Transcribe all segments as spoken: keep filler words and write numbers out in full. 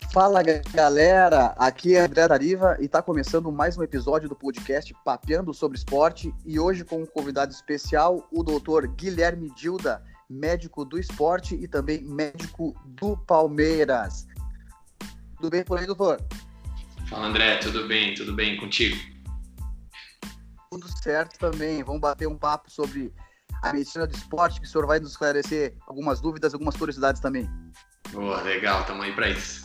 Fala galera, aqui é André Dariva e está começando mais um episódio do podcast Papeando sobre Esporte e hoje com um convidado especial, o doutor Guilherme Gilda, médico do esporte e também médico do Palmeiras. Tudo bem por aí, doutor? Fala André, tudo bem, tudo bem contigo? Tudo certo também, vamos bater um papo sobre a medicina do esporte, que o senhor vai nos esclarecer algumas dúvidas, algumas curiosidades também. Boa, legal, estamos aí para isso.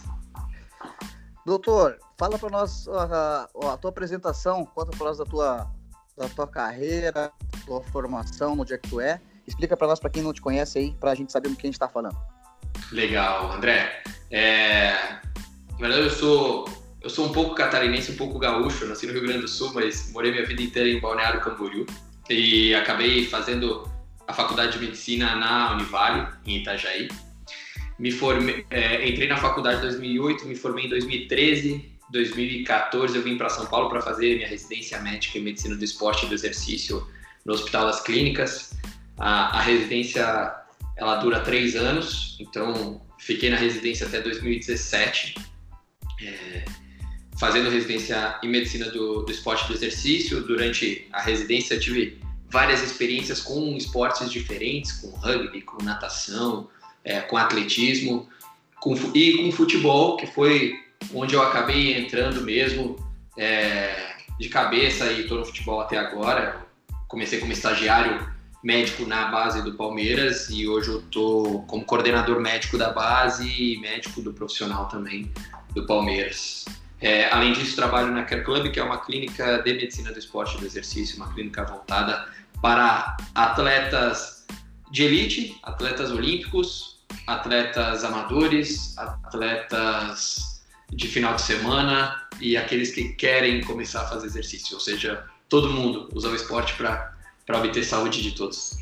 Doutor, fala para nós a, a, a tua apresentação, conta para nós da tua, da tua carreira, tua formação, onde é que tu é. Explica para nós, para quem não te conhece aí, para a gente saber do que a gente está falando. Legal, André. É... Na verdade, eu sou, eu sou um pouco catarinense, um pouco gaúcho. Eu nasci no Rio Grande do Sul, mas morei minha vida inteira em Balneário Camboriú. E acabei fazendo a faculdade de medicina na Univale, em Itajaí. Me formei, é, entrei na faculdade em dois mil e oito, me formei em dois mil e treze, dois mil e quatorze eu vim para São Paulo para fazer minha residência médica em medicina do esporte e do exercício no Hospital das Clínicas. A, a residência ela dura três anos, então fiquei na residência até dois mil e dezessete, é, fazendo residência em medicina do, do esporte e do exercício. Durante a residência tive várias experiências com esportes diferentes, com rugby, com natação, É, com atletismo com, e com futebol, que foi onde eu acabei entrando mesmo é, de cabeça e estou no futebol até agora. Comecei como estagiário médico na base do Palmeiras e hoje eu estou como coordenador médico da base e médico do profissional também do Palmeiras. É, além disso, trabalho na Care Club, que é uma clínica de medicina do esporte e do exercício, uma clínica voltada para atletas de elite, atletas olímpicos, atletas amadores, atletas de final de semana e aqueles que querem começar a fazer exercício, ou seja, todo mundo usa o esporte para obter saúde de todos.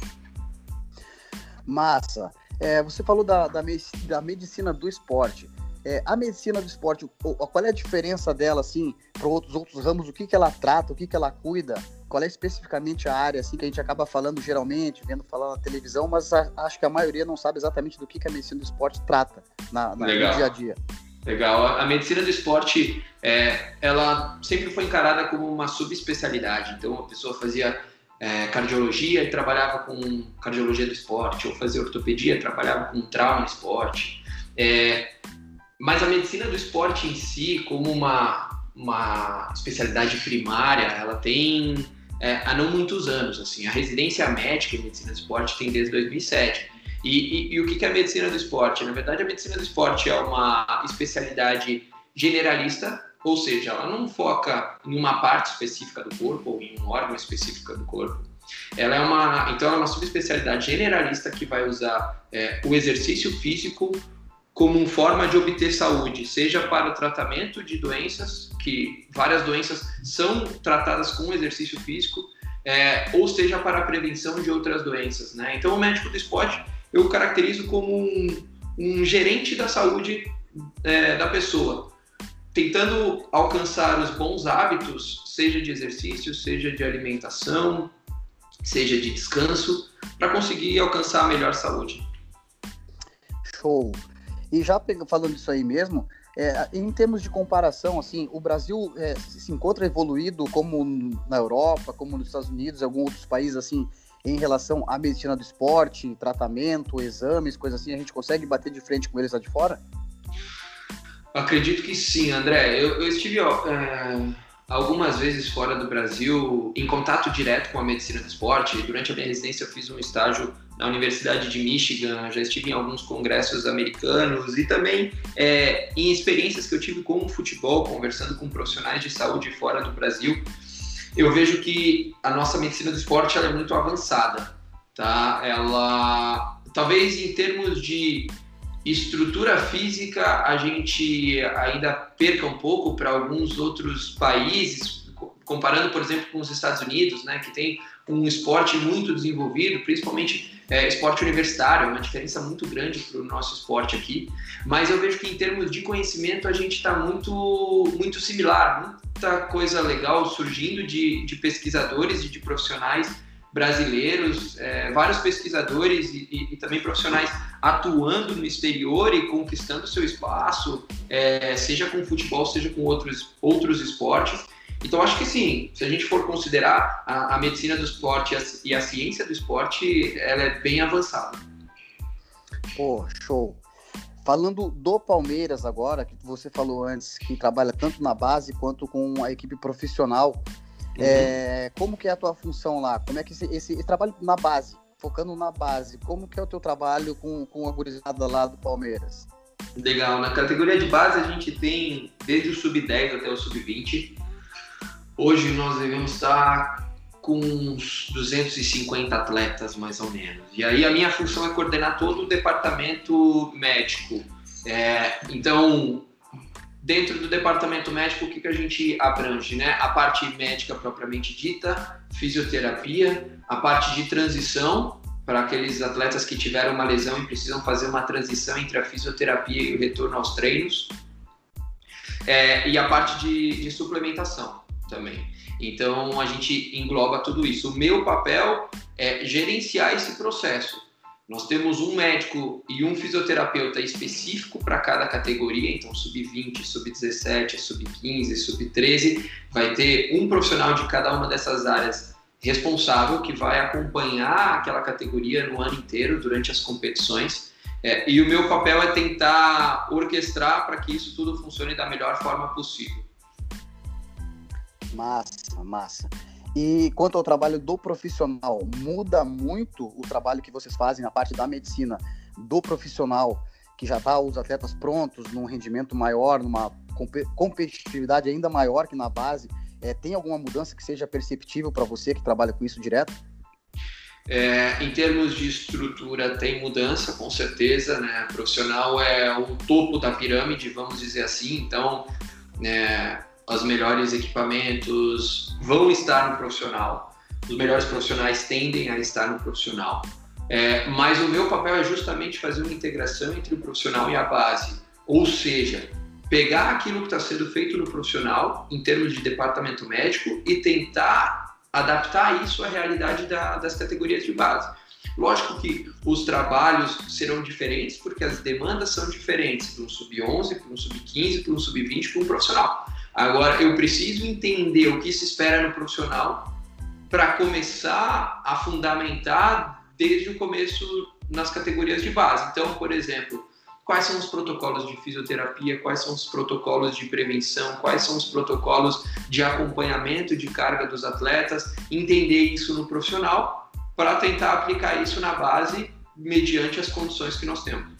Massa! É, você falou da, da, da medicina do esporte. É, a medicina do esporte, qual é a diferença dela assim, para outros, outros ramos? O que, que ela trata, o que, que ela cuida? Qual é especificamente a área assim, que a gente acaba falando geralmente, vendo falar na televisão, mas a, acho que a maioria não sabe exatamente do que, que a medicina do esporte trata na, na, no dia a dia. Legal. A medicina do esporte, é, ela sempre foi encarada como uma subespecialidade. Então, a pessoa fazia é, cardiologia e trabalhava com cardiologia do esporte, ou fazia ortopedia e trabalhava com trauma no esporte. É, mas a medicina do esporte em si, como uma, uma especialidade primária, ela tem é, há não muitos anos. Assim, a residência médica em medicina do esporte tem desde dois mil e sete. E, e, e o que é a medicina do esporte? Na verdade, a medicina do esporte é uma especialidade generalista, ou seja, ela não foca em uma parte específica do corpo ou em um órgão específico do corpo. Ela é uma, então, ela é uma subespecialidade generalista que vai usar é, o exercício físico como forma de obter saúde, seja para o tratamento de doenças, que várias doenças são tratadas com exercício físico, é, ou seja para a prevenção de outras doenças, né? Então, o médico do esporte eu caracterizo como um, um gerente da saúde é, da pessoa, tentando alcançar os bons hábitos, seja de exercício, seja de alimentação, seja de descanso, para conseguir alcançar a melhor saúde. Show! E já falando disso aí mesmo, é, em termos de comparação, assim, o Brasil é, se encontra evoluído como na Europa, como nos Estados Unidos, em alguns outros países, assim, em relação à medicina do esporte, tratamento, exames, coisas assim, a gente consegue bater de frente com eles lá de fora? Acredito que sim, André. Eu, eu estive ó, é, algumas vezes fora do Brasil, em contato direto com a medicina do esporte. Durante a minha residência eu fiz um estágio na Universidade de Michigan, já estive em alguns congressos americanos e também é, em experiências que eu tive com o futebol, conversando com profissionais de saúde fora do Brasil. Eu vejo que a nossa medicina do esporte ela é muito avançada, tá? Ela, talvez em termos de estrutura física, a gente ainda perca um pouco para alguns outros países, comparando, por exemplo, com os Estados Unidos, né, que tem um esporte muito desenvolvido, principalmente é, esporte universitário, é uma diferença muito grande para o nosso esporte aqui, mas eu vejo que em termos de conhecimento a gente está muito, muito similar, muita coisa legal surgindo de, de pesquisadores e de profissionais brasileiros, é, vários pesquisadores e, e, e também profissionais atuando no exterior e conquistando seu espaço, é, seja com futebol, seja com outros, outros esportes. Então, acho que sim, se a gente for considerar a, a medicina do esporte e a, e a ciência do esporte, ela é bem avançada. Pô, show. Falando do Palmeiras agora, que você falou antes, que trabalha tanto na base quanto com a equipe profissional, uhum. é, como que é a tua função lá? Como é que esse, esse, esse trabalho na base, focando na base, como que é o teu trabalho com, com a gurizada lá do Palmeiras? Legal, na categoria de base a gente tem desde o sub dez até o sub vinte. Hoje nós devemos estar com uns duzentos e cinquenta atletas, mais ou menos. E aí a minha função é coordenar todo o departamento médico. É, então, dentro do departamento médico, o que, que a gente abrange, né? A parte médica propriamente dita, fisioterapia, a parte de transição, para aqueles atletas que tiveram uma lesão e precisam fazer uma transição entre a fisioterapia e o retorno aos treinos. É, e a parte de, de suplementação também. Então, a gente engloba tudo isso. O meu papel é gerenciar esse processo. Nós temos um médico e um fisioterapeuta específico para cada categoria, então sub vinte, sub dezessete, sub quinze, sub treze, vai ter um profissional de cada uma dessas áreas responsável que vai acompanhar aquela categoria no ano inteiro, durante as competições. É, e o meu papel é tentar orquestrar para que isso tudo funcione da melhor forma possível. Massa, massa. E quanto ao trabalho do profissional, muda muito o trabalho que vocês fazem na parte da medicina do profissional, que já está os atletas prontos, num rendimento maior, numa competitividade ainda maior que na base? É, tem alguma mudança que seja perceptível para você que trabalha com isso direto? É, em termos de estrutura, tem mudança, com certeza, né? O profissional é o topo da pirâmide, vamos dizer assim, então... É, os melhores equipamentos vão estar no profissional, os melhores profissionais tendem a estar no profissional, é, mas o meu papel é justamente fazer uma integração entre o profissional e a base, ou seja, pegar aquilo que está sendo feito no profissional em termos de departamento médico e tentar adaptar isso à realidade da, das categorias de base. Lógico que os trabalhos serão diferentes porque as demandas são diferentes para um sub onze, para um sub quinze, para um sub vinte, para um profissional. Agora, eu preciso entender o que se espera no profissional para começar a fundamentar desde o começo nas categorias de base. Então, por exemplo, quais são os protocolos de fisioterapia, quais são os protocolos de prevenção, quais são os protocolos de acompanhamento de carga dos atletas, entender isso no profissional para tentar aplicar isso na base mediante as condições que nós temos.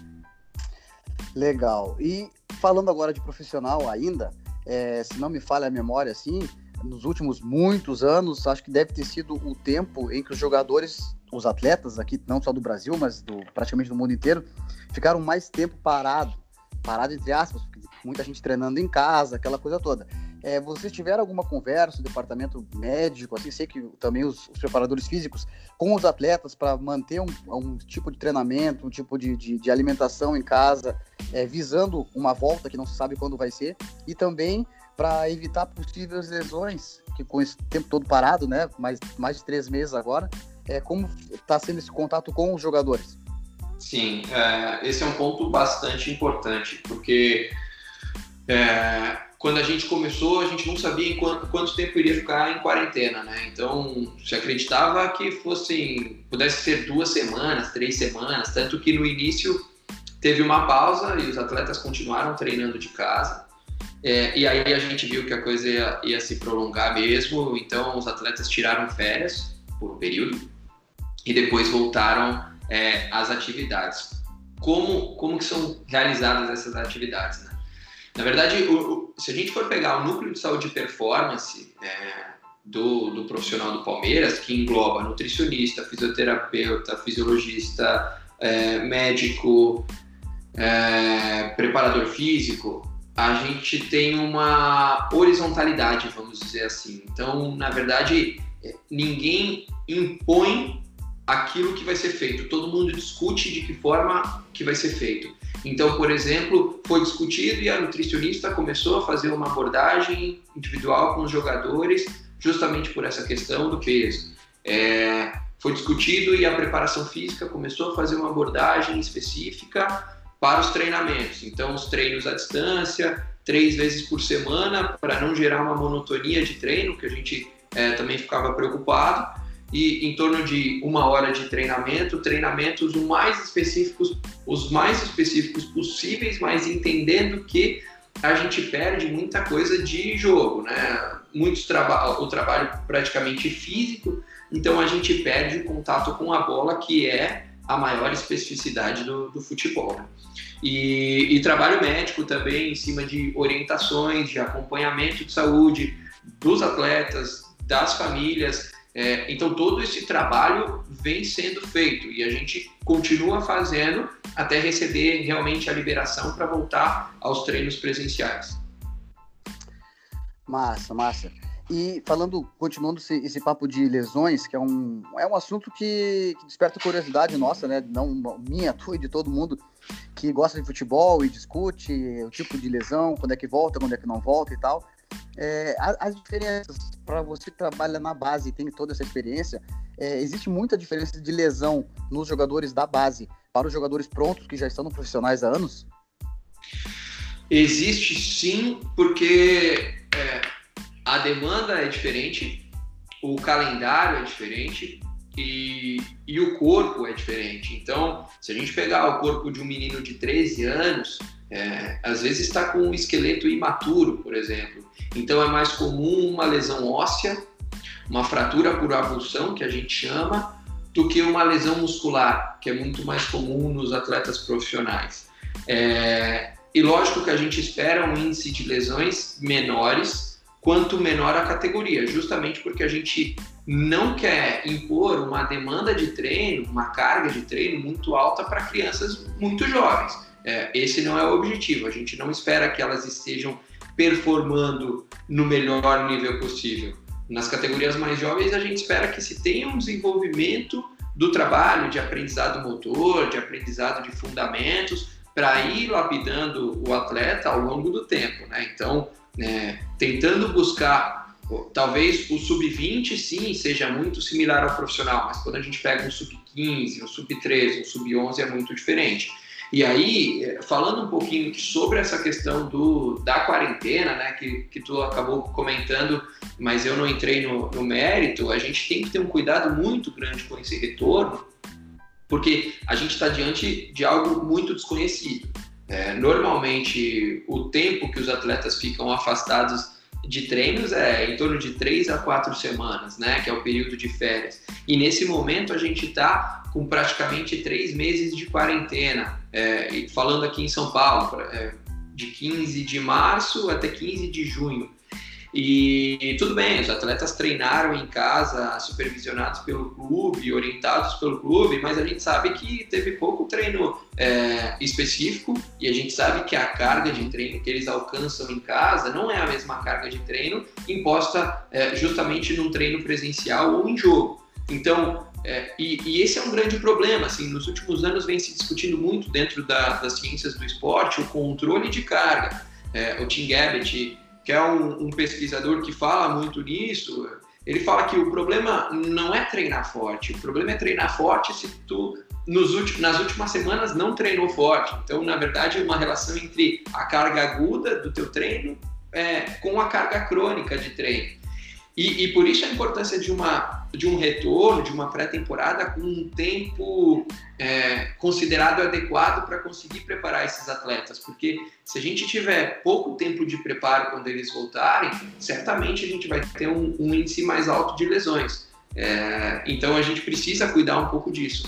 Legal. E falando agora de profissional ainda, É, se não me falha a memória, assim, nos últimos muitos anos, acho que deve ter sido o tempo em que os jogadores, os atletas aqui, não só do Brasil, mas do, praticamente do mundo inteiro, ficaram mais tempo parado, parado entre aspas, porque muita gente treinando em casa, aquela coisa toda. É, vocês tiveram alguma conversa, o departamento médico, assim, sei que também os, os preparadores físicos, com os atletas para manter um, um tipo de treinamento, um tipo de, de, de alimentação em casa, é, visando uma volta que não se sabe quando vai ser, e também para evitar possíveis lesões, que com esse tempo todo parado, né, mais, mais de três meses agora, é, como está sendo esse contato com os jogadores? Sim, é, esse é um ponto bastante importante, porque é, quando a gente começou, a gente não sabia em quanto, quanto tempo iria ficar em quarentena, né? Então, se acreditava que fossem, pudesse ser duas semanas, três semanas, tanto que no início teve uma pausa e os atletas continuaram treinando de casa. É, e aí a gente viu que a coisa ia, ia se prolongar mesmo, então os atletas tiraram férias por um período e depois voltaram é, às atividades. Como, como que são realizadas essas atividades, né? Na verdade, o, o, se a gente for pegar o núcleo de saúde e performance é, do, do profissional do Palmeiras, que engloba nutricionista, fisioterapeuta, fisiologista, é, médico, é, preparador físico, a gente tem uma horizontalidade, vamos dizer assim. Então, na verdade, ninguém impõe aquilo que vai ser feito. Todo mundo discute de que forma que vai ser feito. Então, por exemplo, foi discutido e a nutricionista começou a fazer uma abordagem individual com os jogadores, justamente por essa questão do peso. é, foi discutido e a preparação física começou a fazer uma abordagem específica para os treinamentos. Então, os treinos à distância, três vezes por semana, para não gerar uma monotonia de treino, que a gente é, também ficava preocupado, e em torno de uma hora de treinamento, treinamentos os mais específicos, os mais específicos possíveis, mas entendendo que a gente perde muita coisa de jogo, né? Muitos traba- o trabalho praticamente físico, então a gente perde o contato com a bola, que é a maior especificidade do, do futebol. Né? E, e trabalho médico também em cima de orientações, de acompanhamento de saúde dos atletas, das famílias. É, então todo esse trabalho vem sendo feito e a gente continua fazendo até receber realmente a liberação para voltar aos treinos presenciais. Massa, massa. E falando, continuando esse, esse papo de lesões, que é um, é um assunto que, que desperta curiosidade nossa, né? Não minha, tua e de todo mundo que gosta de futebol e discute o tipo de lesão, quando é que volta, quando é que não volta e tal. É, as diferenças, para você que trabalha na base e tem toda essa experiência, é, existe muita diferença de lesão nos jogadores da base para os jogadores prontos que já estão no profissionais há anos? Existe sim, porque é, a demanda é diferente, o calendário é diferente e, e o corpo é diferente. Então, se a gente pegar o corpo de um menino de treze anos, é, às vezes está com um esqueleto imaturo, por exemplo. Então é mais comum uma lesão óssea, uma fratura por avulsão, que a gente chama, do que uma lesão muscular, que é muito mais comum nos atletas profissionais. É, e lógico que a gente espera um índice de lesões menores, quanto menor a categoria, justamente porque a gente não quer impor uma demanda de treino, uma carga de treino muito alta para crianças muito jovens. É, esse não é o objetivo, a gente não espera que elas estejam performando no melhor nível possível. Nas categorias mais jovens, a gente espera que se tenha um desenvolvimento do trabalho de aprendizado motor, de aprendizado de fundamentos, para ir lapidando o atleta ao longo do tempo, né? Então, é, tentando buscar, talvez o sub vinte, sim, seja muito similar ao profissional, mas quando a gente pega um sub quinze, um sub treze, um sub onze, é muito diferente. E aí, falando um pouquinho sobre essa questão do, da quarentena, né, que, que tu acabou comentando, mas eu não entrei no, no mérito, a gente tem que ter um cuidado muito grande com esse retorno, porque a gente está diante de algo muito desconhecido. É, normalmente, o tempo que os atletas ficam afastados de treinos é em torno de três a quatro semanas, né, que é o período de férias. E nesse momento a gente está com praticamente três meses de quarentena. É, e falando aqui em São Paulo, é, de quinze de março até quinze de junho. E, e tudo bem, os atletas treinaram em casa, supervisionados pelo clube, orientados pelo clube, mas a gente sabe que teve pouco treino é, específico e a gente sabe que a carga de treino que eles alcançam em casa não é a mesma carga de treino imposta é, justamente num treino presencial ou em jogo. Então, é, e, e esse é um grande problema, assim, nos últimos anos vem se discutindo muito dentro da, das ciências do esporte o controle de carga. É, o Tim Gabbett, que é um, um pesquisador que fala muito nisso, ele fala que o problema não é treinar forte, o problema é treinar forte se tu nos últimos, nas últimas semanas não treinou forte. Então, na verdade, é uma relação entre a carga aguda do teu treino é, com a carga crônica de treino. E, e por isso a importância de, uma, de um retorno, de uma pré-temporada com um tempo é, considerado adequado para conseguir preparar esses atletas. Porque se a gente tiver pouco tempo de preparo quando eles voltarem, certamente a gente vai ter um, um índice mais alto de lesões. É, então a gente precisa cuidar um pouco disso.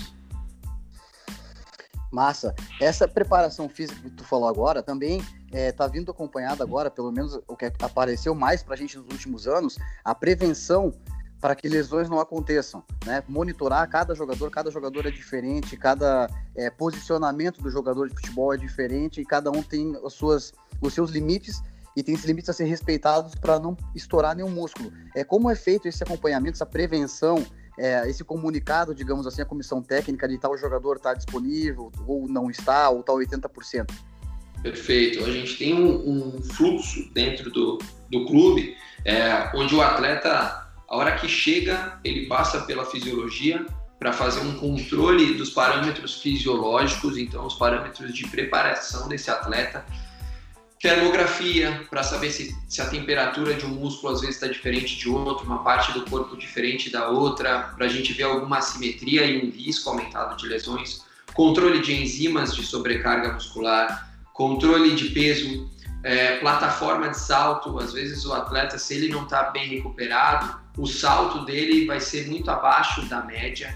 Massa. Essa preparação física que tu falou agora também está é, vindo acompanhada agora, pelo menos o que apareceu mais para a gente nos últimos anos, a prevenção para que lesões não aconteçam, né? Monitorar cada jogador, cada jogador é diferente, cada é, posicionamento do jogador de futebol é diferente e cada um tem as suas, os seus limites e tem esses limites a ser respeitados para não estourar nenhum músculo. É, como é feito esse acompanhamento, essa prevenção, É, esse comunicado, digamos assim, a comissão técnica de tal jogador está disponível ou não está, ou está oitenta por cento? Perfeito. A gente tem um, um fluxo dentro do, do clube é, onde o atleta A hora que chega, ele passa pela fisiologia para fazer um controle dos parâmetros fisiológicos, então os parâmetros de preparação desse atleta, termografia para saber se, se a temperatura de um músculo às vezes está diferente de outro, uma parte do corpo diferente da outra, para a gente ver alguma assimetria e um risco aumentado de lesões, controle de enzimas de sobrecarga muscular, controle de peso, é, plataforma de salto. Às vezes o atleta, se ele não está bem recuperado, o salto dele vai ser muito abaixo da média.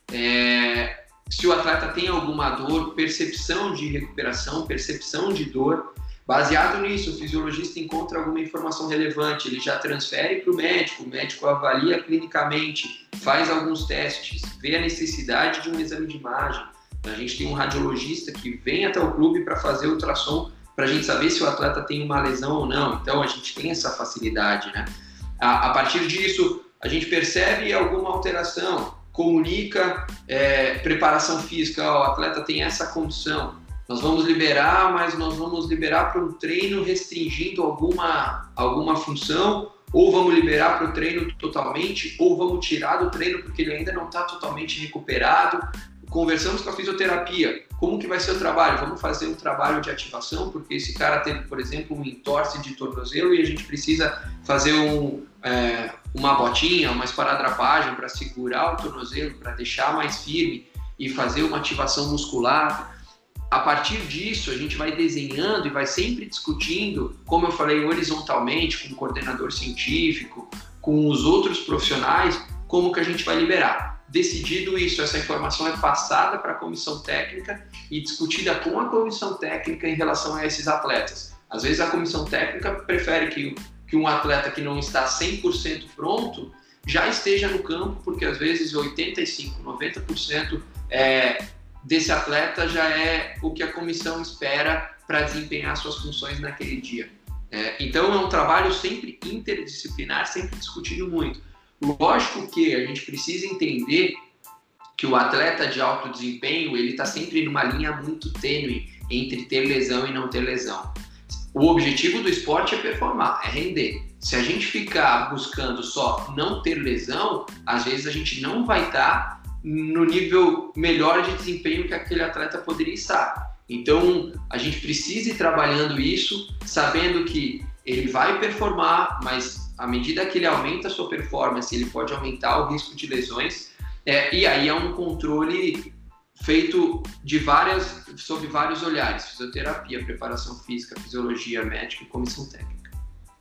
É, se o atleta tem alguma dor, percepção de recuperação, percepção de dor. Baseado nisso, o fisiologista encontra alguma informação relevante, ele já transfere para o médico, o médico avalia clinicamente, faz alguns testes, vê a necessidade de um exame de imagem. A gente tem um radiologista que vem até o clube para fazer ultrassom, para a gente saber se o atleta tem uma lesão ou não. Então, a gente tem essa facilidade, né? A, a partir disso, a gente percebe alguma alteração, comunica é, preparação física, ó, o atleta tem essa condição. Nós vamos liberar, mas nós vamos liberar para um treino restringindo alguma, alguma função, ou vamos liberar para o treino totalmente, ou vamos tirar do treino porque ele ainda não está totalmente recuperado. Conversamos com a fisioterapia, como que vai ser o trabalho? Vamos fazer um trabalho de ativação, porque esse cara teve, por exemplo, um entorse de tornozelo e a gente precisa fazer um, é, uma botinha, uma esparadrapagem para segurar o tornozelo, para deixar mais firme e fazer uma ativação muscular. A partir disso, a gente vai desenhando e vai sempre discutindo, como eu falei, horizontalmente, com o coordenador científico, com os outros profissionais, como que a gente vai liberar. Decidido isso, essa informação é passada para a comissão técnica e discutida com a comissão técnica em relação a esses atletas. Às vezes a comissão técnica prefere que, que um atleta que não está cem por cento pronto já esteja no campo, porque às vezes oitenta e cinco por cento, noventa por cento é... desse atleta já é o que a comissão espera para desempenhar suas funções naquele dia. É, então é um trabalho sempre interdisciplinar, sempre discutido muito. Lógico que a gente precisa entender que o atleta de alto desempenho ele está sempre numa linha muito tênue entre ter lesão e não ter lesão. O objetivo do esporte é performar, é render. Se a gente ficar buscando só não ter lesão, às vezes a gente não vai estar no nível melhor de desempenho que aquele atleta poderia estar. Então, a gente precisa ir trabalhando isso, sabendo que ele vai performar, mas à medida que ele aumenta a sua performance, ele pode aumentar o risco de lesões, é, e aí é um controle feito de várias, sob vários olhares, fisioterapia, preparação física, fisiologia, médica e comissão técnica.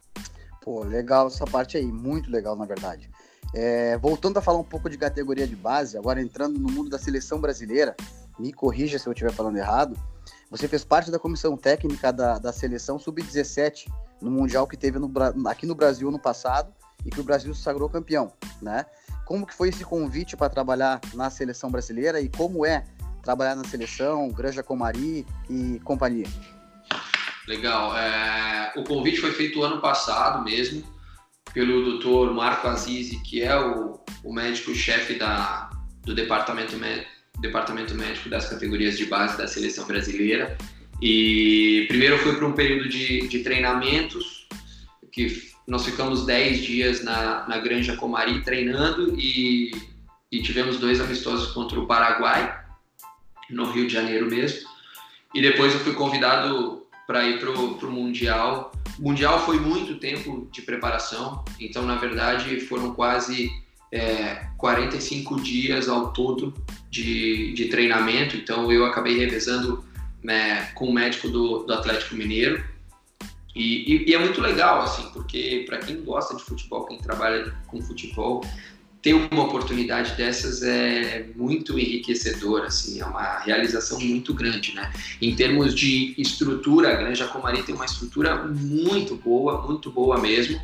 Pô, legal essa parte aí, muito legal na verdade. É, voltando a falar um pouco de categoria de base, agora entrando no mundo da seleção brasileira, me corrija se eu estiver falando errado, você fez parte da comissão técnica da, da seleção sub dezessete no Mundial que teve no, aqui no Brasil no passado e que o Brasil se sagrou campeão, né? Como que foi esse convite para trabalhar na seleção brasileira e como é trabalhar na seleção, Granja Comari e companhia? Legal, é, o convite foi feito ano passado mesmo, pelo doutor Marco Azizi, que é o, o médico-chefe da, do departamento, departamento médico das categorias de base da seleção brasileira. E primeiro eu fui para um período de, de treinamentos, que nós ficamos dez dias na, na Granja Comari treinando e, e tivemos dois amistosos contra o Paraguai, no Rio de Janeiro mesmo. E depois eu fui convidado para ir para o Mundial. O Mundial foi muito tempo de preparação, então, na verdade, foram quase é, quarenta e cinco dias ao todo de, de treinamento. Então, eu acabei revezando né, com o médico do, do Atlético Mineiro. E, e, e é muito legal, assim, porque para quem gosta de futebol, quem trabalha com futebol, ter uma oportunidade dessas é muito enriquecedor, assim, é uma realização muito grande, né? Em termos de estrutura, a Granja Comari tem uma estrutura muito boa, muito boa mesmo.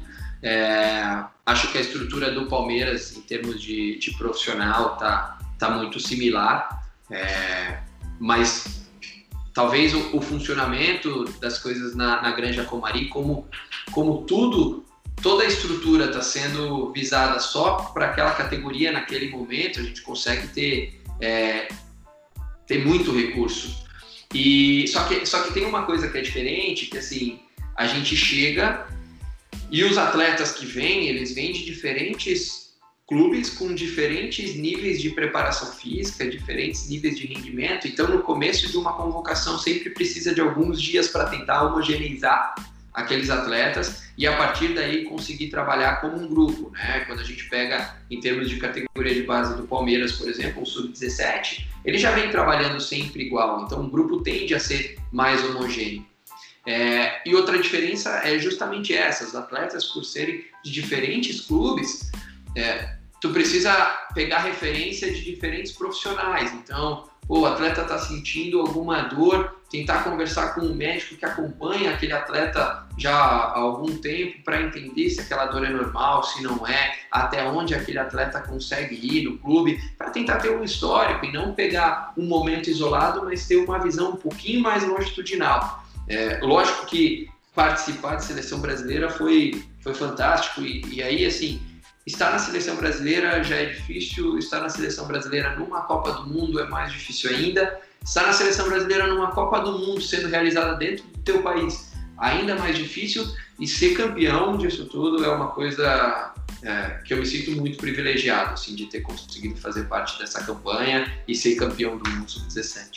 É, acho que a estrutura do Palmeiras, em termos de, de profissional, tá, tá muito similar, é, mas talvez o, o funcionamento das coisas na, na Granja Comari, como, como tudo... toda a estrutura está sendo visada só para aquela categoria naquele momento, a gente consegue ter, é, ter muito recurso. E, só, que, só que tem uma coisa que é diferente, que assim, a gente chega E os atletas que vêm, eles vêm de diferentes clubes com diferentes níveis de preparação física, diferentes níveis de rendimento. Então, no começo de uma convocação, sempre precisa de alguns dias para tentar homogeneizar aqueles atletas e, a partir daí, conseguir trabalhar como um grupo, né? Quando a gente pega, em termos de categoria de base do Palmeiras, por exemplo, o sub dezessete, ele já vem trabalhando sempre igual. Então, o grupo tende a ser mais homogêneo. É, e outra diferença é justamente essa, os atletas, por serem de diferentes clubes, é, tu precisa pegar referência de diferentes profissionais. Então, pô, o atleta está sentindo alguma dor, tentar conversar com um médico que acompanha aquele atleta já há algum tempo para entender se aquela dor é normal, se não é, até onde aquele atleta consegue ir no clube, para tentar ter um histórico e não pegar um momento isolado, mas ter uma visão um pouquinho mais longitudinal. É, lógico que participar de seleção brasileira foi, foi fantástico e, e aí, assim, estar na seleção brasileira já é difícil, estar na seleção brasileira numa Copa do Mundo é mais difícil ainda, estar na seleção brasileira numa Copa do Mundo sendo realizada dentro do teu país ainda mais difícil, e ser campeão disso tudo é uma coisa é, que eu me sinto muito privilegiado, assim, de ter conseguido fazer parte dessa campanha e ser campeão do Mundo sub dezessete.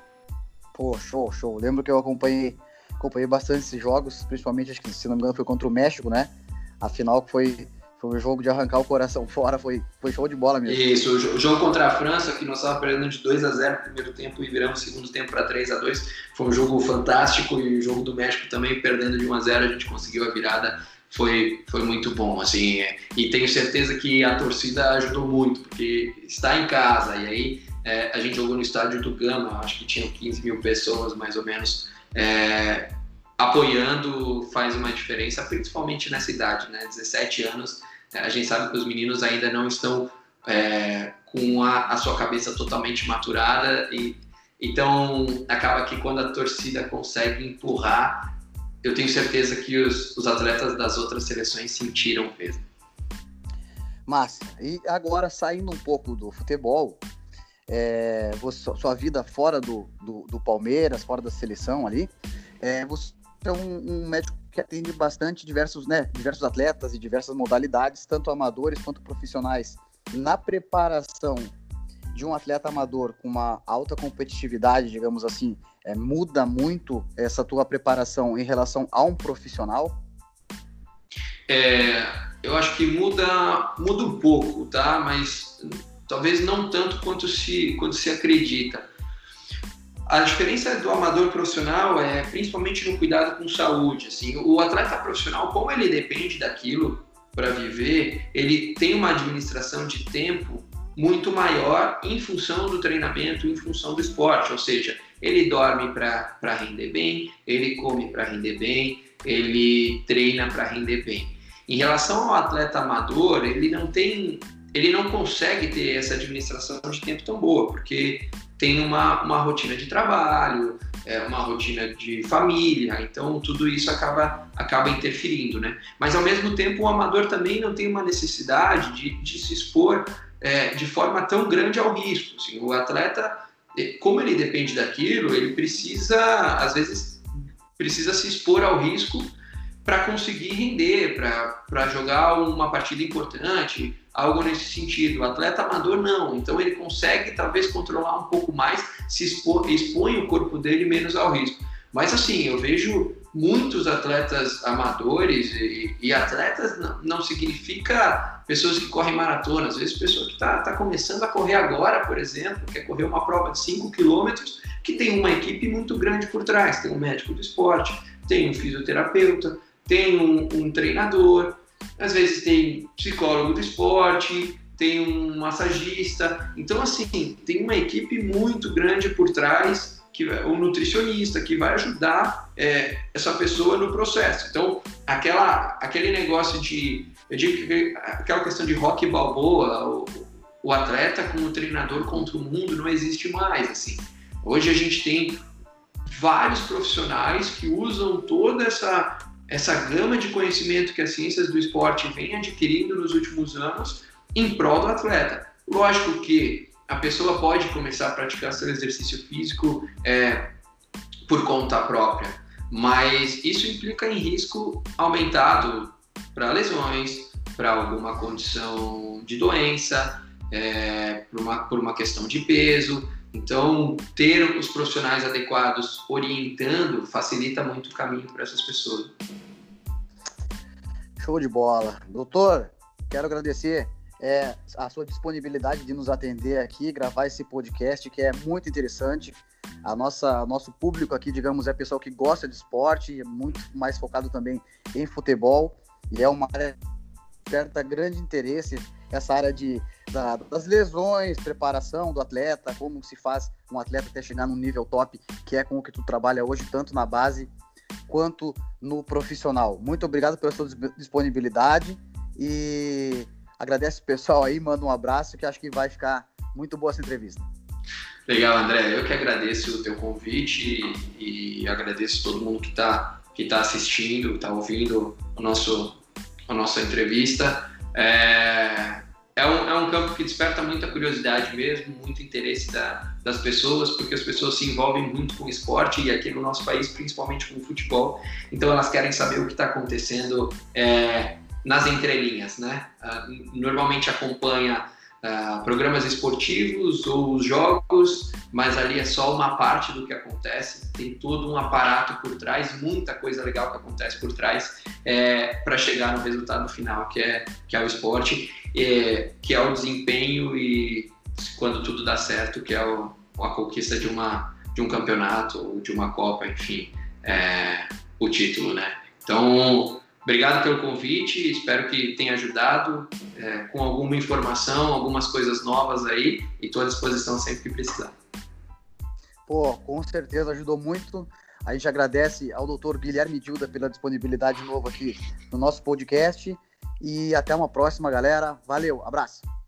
Pô, show, show. Lembro que eu acompanhei, acompanhei bastante esses jogos, principalmente, acho que, se não me engano, foi contra o México, né? A final que foi, foi um jogo de arrancar o coração fora, foi, foi show de bola mesmo. Isso, o jogo contra a França, que nós estávamos perdendo de dois a zero no primeiro tempo e viramos o segundo tempo para três a dois, foi um jogo fantástico, e o jogo do México também, perdendo de um a zero, a gente conseguiu a virada, foi, foi muito bom, assim, e tenho certeza que a torcida ajudou muito, porque está em casa, e aí é, a gente jogou no estádio do Gama, acho que tinham quinze mil pessoas, mais ou menos, é, apoiando, faz uma diferença, principalmente nessa idade, né, dezessete anos, a gente sabe que os meninos ainda não estão é, com a, a sua cabeça totalmente maturada, e então acaba que quando a torcida consegue empurrar, eu tenho certeza que os, os atletas das outras seleções sentiram mesmo. Massa. E agora, saindo um pouco do futebol, é, você, sua vida fora do, do, do Palmeiras, fora da seleção ali, é, você é um, um médico que atende bastante diversos, né, diversos atletas e diversas modalidades, tanto amadores quanto profissionais. Na preparação de um atleta amador com uma alta competitividade, digamos assim, é, muda muito essa tua preparação em relação a um profissional? É, eu acho que muda, muda um pouco, tá? Mas talvez não tanto quanto se, quanto se acredita. A diferença do amador profissional é principalmente no cuidado com saúde. Assim, o atleta profissional, como ele depende daquilo para viver, ele tem uma administração de tempo muito maior em função do treinamento, em função do esporte. Ou seja, ele dorme para render bem, ele come para render bem, ele treina para render bem. Em relação ao atleta amador, ele não tem, ele não consegue ter essa administração de tempo tão boa, porque tem uma, uma rotina de trabalho, é, uma rotina de família, então tudo isso acaba, acaba interferindo, né? Mas ao mesmo tempo o amador também não tem uma necessidade de, de se expor é, de forma tão grande ao risco. Assim, o atleta, como ele depende daquilo, ele precisa, às vezes, precisa se expor ao risco para conseguir render, para jogar uma partida importante, algo nesse sentido. O atleta amador não, então ele consegue talvez controlar um pouco mais, se expor, expõe o corpo dele menos ao risco. Mas assim, eu vejo muitos atletas amadores, e, e atletas não, não significa pessoas que correm maratona, às vezes pessoa que está tá começando a correr agora, por exemplo, quer correr uma prova de cinco quilômetros, que tem uma equipe muito grande por trás, tem um médico do esporte, tem um fisioterapeuta, tem um, um treinador, às vezes tem psicólogo do esporte, tem um massagista. Então, assim, tem uma equipe muito grande por trás, que, um nutricionista, que vai ajudar é, essa pessoa no processo. Então, aquela, aquele negócio de... Eu digo que aquela questão de Rocky Balboa, o, o atleta com o treinador contra o mundo, não existe mais, assim. Hoje a gente tem vários profissionais que usam toda essa... essa gama de conhecimento que as ciências do esporte vêm adquirindo nos últimos anos em prol do atleta. Lógico que a pessoa pode começar a praticar seu exercício físico é, por conta própria, mas isso implica em risco aumentado para lesões, para alguma condição de doença, é, por, uma, por uma questão de peso. Então, ter os profissionais adequados orientando facilita muito o caminho para essas pessoas. Show de bola. Doutor, quero agradecer é, a sua disponibilidade de nos atender aqui, gravar esse podcast, que é muito interessante. A nossa, nosso público aqui, digamos, é pessoal que gosta de esporte, é muito mais focado também em futebol, e é uma área de certa grande interesse, essa área de, da, das lesões, preparação do atleta, como se faz um atleta até chegar num nível top, que é com o que tu trabalha hoje, tanto na base quanto no profissional. Muito obrigado pela sua disponibilidade e agradece o pessoal aí, manda um abraço, que acho que vai ficar muito boa essa entrevista. Legal, André. Eu que agradeço o teu convite e, e agradeço todo mundo que está que tá assistindo, está ouvindo o nosso, a nossa entrevista. É, é, um, é um campo que desperta muita curiosidade mesmo, muito interesse da, das pessoas, porque as pessoas se envolvem muito com o esporte e aqui no nosso país, principalmente com o futebol. Então elas querem saber o que está acontecendo é, nas entrelinhas, né? Normalmente acompanha Uh, programas esportivos ou os jogos, mas ali é só uma parte do que acontece, tem todo um aparato por trás, muita coisa legal que acontece por trás é, para chegar no resultado final, que é, que é o esporte, é, que é o desempenho e, quando tudo dá certo, que é o, a conquista de, uma, de um campeonato ou de uma Copa, enfim, é, o título, né? Então, obrigado pelo convite, espero que tenha ajudado é, com alguma informação, algumas coisas novas aí, e estou à disposição sempre que precisar. Pô, com certeza ajudou muito. A gente agradece ao doutor Guilherme Dilda pela disponibilidade de novo aqui no nosso podcast e até uma próxima, galera. Valeu, abraço.